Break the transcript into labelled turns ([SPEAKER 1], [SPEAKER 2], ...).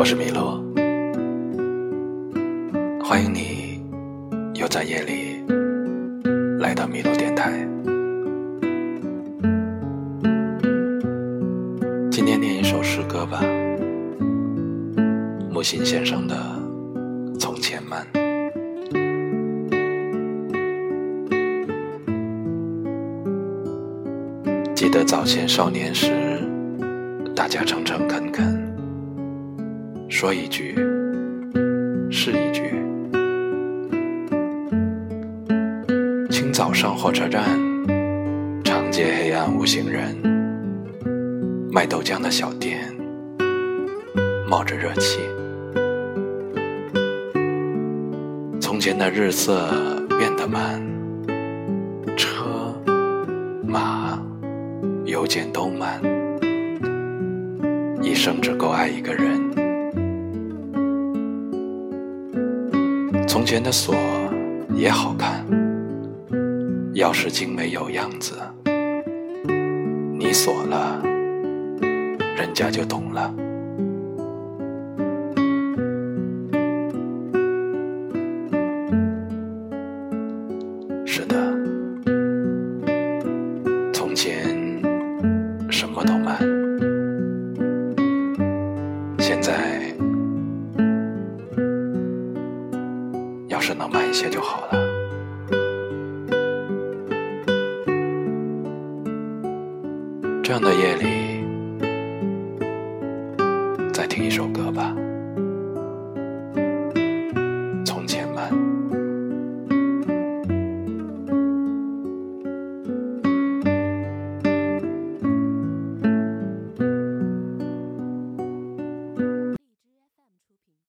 [SPEAKER 1] 我是米洛，欢迎你又在夜里来到米洛电台。今天念一首诗歌吧，木心先生的《从前慢》。记得早先少年时，大家诚诚恳恳，说一句是一句。清早上火车站，长街黑暗无行人，卖豆浆的小店冒着热气。从前的日色变得慢，车马邮件都慢，一生只够爱一个人。从前的锁也好看，钥匙精美有样子，你锁了，人家就懂了。是的，从前什么都慢，现在要是能慢一些就好了。这样的夜里，